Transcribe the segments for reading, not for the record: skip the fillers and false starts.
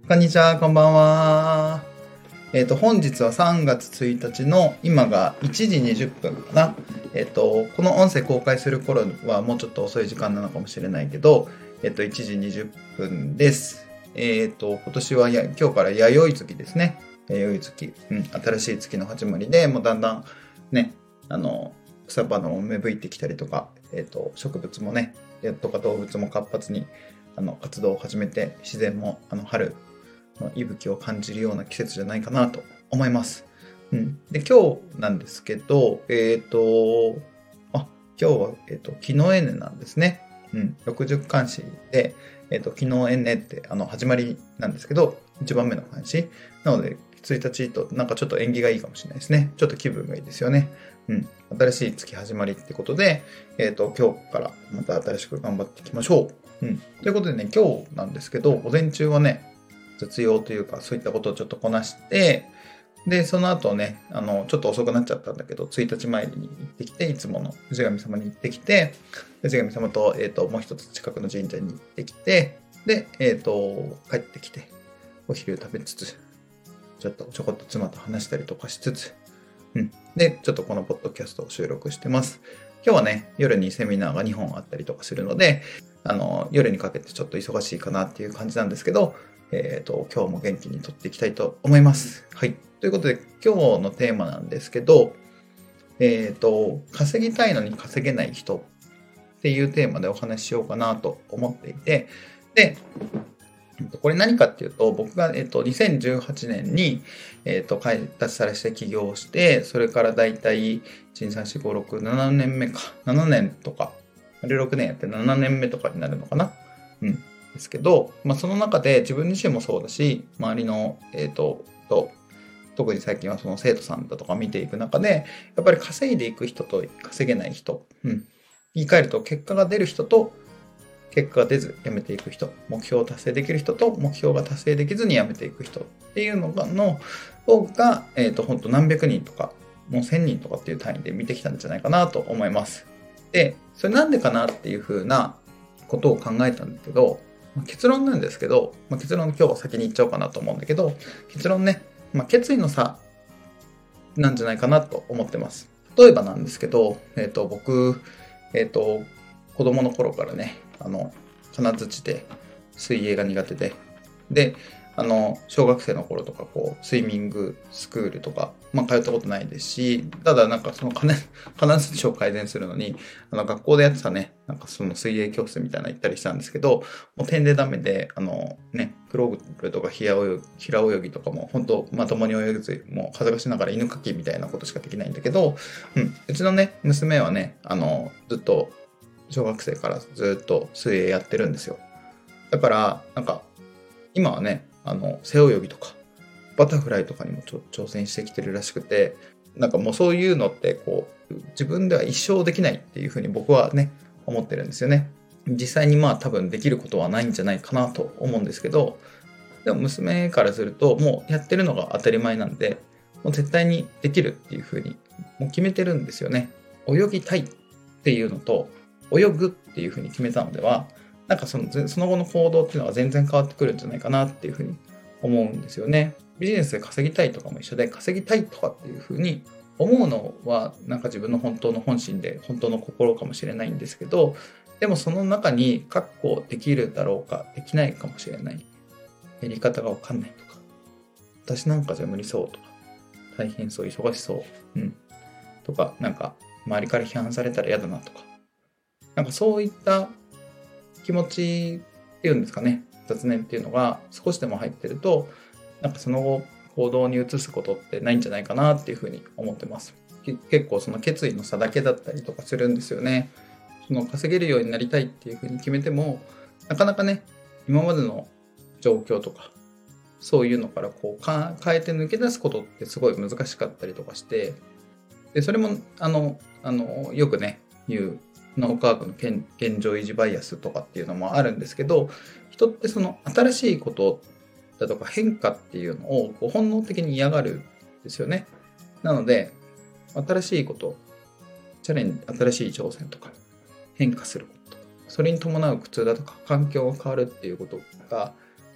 こんにちは、こんばんは。本日は3月1日の今が1時20分かな。この音声公開する頃はもうちょっと遅い時間なのかもしれないけど、1時20分です。今年は今日から弥生月ですね。弥生月。新しい月の始まりで、もうだんだんね、草花も芽吹いてきたりとか、植物もね、とか動物も活発に活動を始めて、自然も春の息吹を感じるような季節じゃないかなと思います。で、今日なんですけど、今日は、木のエネなんですね。60漢詩で、木のエネって始まりなんですけど、1番目の漢詩。なので、1日となんかちょっと縁起がいいかもしれないですね。ちょっと気分がいいですよね。新しい月始まりってことで、今日からまた新しく頑張っていきましょう。ということでね、今日なんですけど、午前中はね、雑用というか、そういったことをちょっとこなして、で、その後ね、ちょっと遅くなっちゃったんだけど、1日参りに行ってきて、いつもの氏神様に行ってきて、氏神様と、もう一つ近くの神社に行ってきて、で、帰ってきて、お昼食べつつ、ちょこっと妻と話したりとかしつつ、で、ちょっとこのポッドキャストを収録してます。今日はね、夜にセミナーが2本あったりとかするので、夜にかけてちょっと忙しいかなっていう感じなんですけど、今日も元気に撮っていきたいと思います。はい。ということで、今日のテーマなんですけど、稼ぎたいのに稼げない人っていうテーマでお話ししようかなと思っていて、で、これ何かっていうと、僕が、2018年に、脱サラして起業して、それからだいたい、1、2、3、4、5、6、7年目か。7年とか、6年やって7年目とかになるのかな。ですけど、その中で自分自身もそうだし、周りの、特に最近はその生徒さんだとか見ていく中で、やっぱり稼いでいく人と稼げない人、言い換えると結果が出る人と結果が出ず辞めていく人、目標を達成できる人と目標が達成できずに辞めていく人っていうのが、本当何百人とか、もう1000人とかっていう単位で見てきたんじゃないかなと思います。で、それなんでかなっていうふうなことを考えたんだけど、結論なんですけど、結論今日は先に言っちゃおうかなと思うんだけど、結論ね、決意の差なんじゃないかなと思ってます。例えばなんですけど、僕、子供の頃からね、金槌で水泳が苦手で、小学生の頃とか、スイミングスクールとか、通ったことないですし、ただなんかその金槌を改善するのに、学校でやってたね、なんかその水泳教室みたいなの行ったりしたんですけど、もう点でダメで、クロールとか平泳ぎとかも、本当まともに泳げず、もう恥ずかしながら犬かきみたいなことしかできないんだけど、うちのね、娘はね、ずっと、小学生からずっと水泳やってるんですよ。だから、なんか、今はね、背泳ぎとか、バタフライとかにも挑戦してきてるらしくて、なんかもうそういうのって自分では一生できないっていうふうに僕はね、思ってるんですよね。実際に多分できることはないんじゃないかなと思うんですけど、でも娘からするともうやってるのが当たり前なんで、もう絶対にできるっていうふうにもう決めてるんですよね。泳ぎたいっていうのと、泳ぐっていうふうに決めたのでは、なんかその後の行動っていうのは全然変わってくるんじゃないかなっていうふうに思うんですよね。ビジネスで稼ぎたいとかも一緒で、稼ぎたいとかっていうふうに思うのはなんか自分の本当の本心で本当の心かもしれないんですけど、でもその中に確保できるだろうかできないかもしれない、やり方がわかんないとか、私なんかじゃ無理そうとか、大変そう、忙しそう、とか、なんか周りから批判されたら嫌だなとか、なんかそういった気持ちっていうんですかね、雑念っていうのが少しでも入ってると、なんかその後行動に移すことってないんじゃないかなっていうふうに思ってます。結構その決意の差だけだったりとかするんですよね。その稼げるようになりたいっていうふうに決めても、なかなかね、今までの状況とか、そういうのから変えて抜け出すことってすごい難しかったりとかして、で、それも、よくね、言う脳科学の現状維持バイアスとかっていうのもあるんですけど、人ってその新しいことだとか変化っていうのを本能的に嫌がるんですよね。なので、新しいこと、新しい挑戦とか、変化することとか、それに伴う苦痛だとか、環境が変わるっていうことが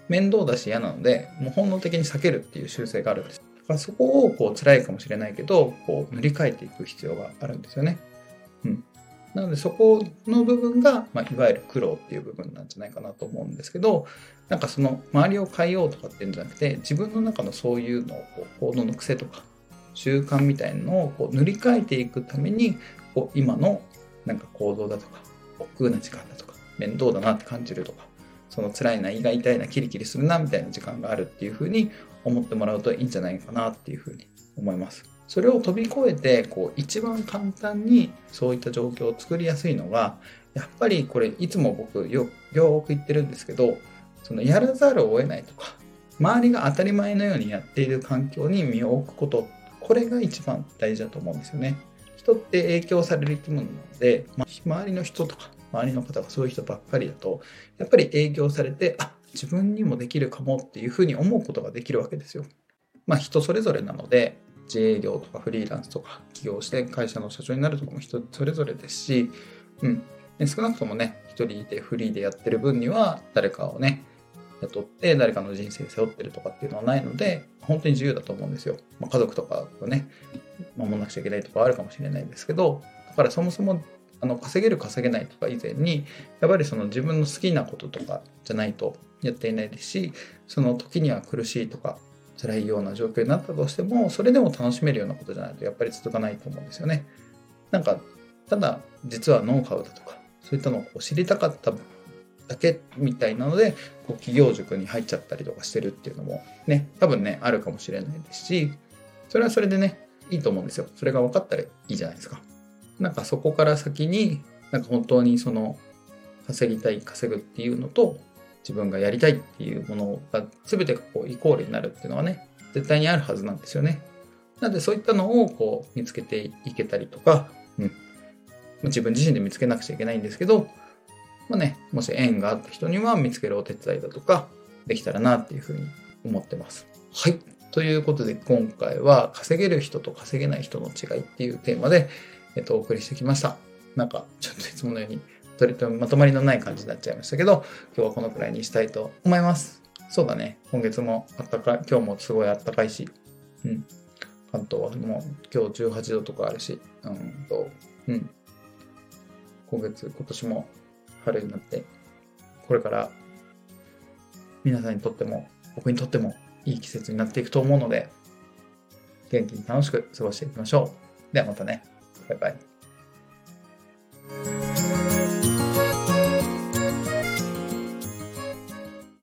面倒だし嫌なので、もう本能的に避けるっていう習性があるんです。だからそこを辛いかもしれないけど、塗り替えていく必要があるんですよね。なのでそこの部分が、いわゆる苦労っていう部分なんじゃないかなと思うんですけど、なんかその周りを変えようとかっていうんじゃなくて、自分の中のそういうのを行動の癖とか習慣みたいなのを塗り替えていくために、今のなんか行動だとか、億劫な時間だとか、面倒だなって感じるとか、その辛いな、胃が痛いな、キリキリするなみたいな時間があるっていうふうに思ってもらうといいんじゃないかなっていうふうに思います。それを飛び越えて一番簡単にそういった状況を作りやすいのが、やっぱりこれいつも僕よく言ってるんですけど、そのやらざるを得ないとか、周りが当たり前のようにやっている環境に身を置くこと、これが一番大事だと思うんですよね。人って影響される生き物なので、周りの人とか周りの方がそういう人ばっかりだと、やっぱり影響されて、自分にもできるかもっていうふうに思うことができるわけですよ。人それぞれなので、自営業とかフリーランスとか起業して会社の社長になるとかも人それぞれですし、少なくともね、一人でフリーでやってる分には誰かをね、雇って誰かの人生背負ってるとかっていうのはないので、本当に自由だと思うんですよ。家族とかをね、守らなくちゃいけないとかあるかもしれないんですけど、だからそもそも稼げる稼げないとか以前に、やっぱりその自分の好きなこととかじゃないとやっていないですし、その時には苦しいとか辛いような状況になったとしても、それでも楽しめるようなことじゃないとやっぱり続かないと思うんですよね。なんかただ実はノウハウだとかそういったのを知りたかっただけみたいなので企業塾に入っちゃったりとかしてるっていうのもね、多分ねあるかもしれないですし、それはそれでねいいと思うんですよ。それが分かったらいいじゃないですか。なんかそこから先になんか本当にその稼ぎたい稼ぐっていうのと自分がやりたいっていうものが全てがイコールになるっていうのはね絶対にあるはずなんですよね。なのでそういったのを見つけていけたりとか、自分自身で見つけなくちゃいけないんですけど、もし縁があった人には見つけるお手伝いだとかできたらなっていうふうに思ってます。はい。ということで今回は稼げる人と稼げない人の違いっていうテーマで、お送りしてきました。なんかちょっといつものように取り留めまとまりのない感じになっちゃいましたけど、今日はこのくらいにしたいと思います。そうだね。今月もあったかい、今日もすごいあったかいし、関東はもう今日18度とかあるし、今年も春になって、これから皆さんにとっても、僕にとってもいい季節になっていくと思うので、元気に楽しく過ごしていきましょう。ではまたね。バイバイ。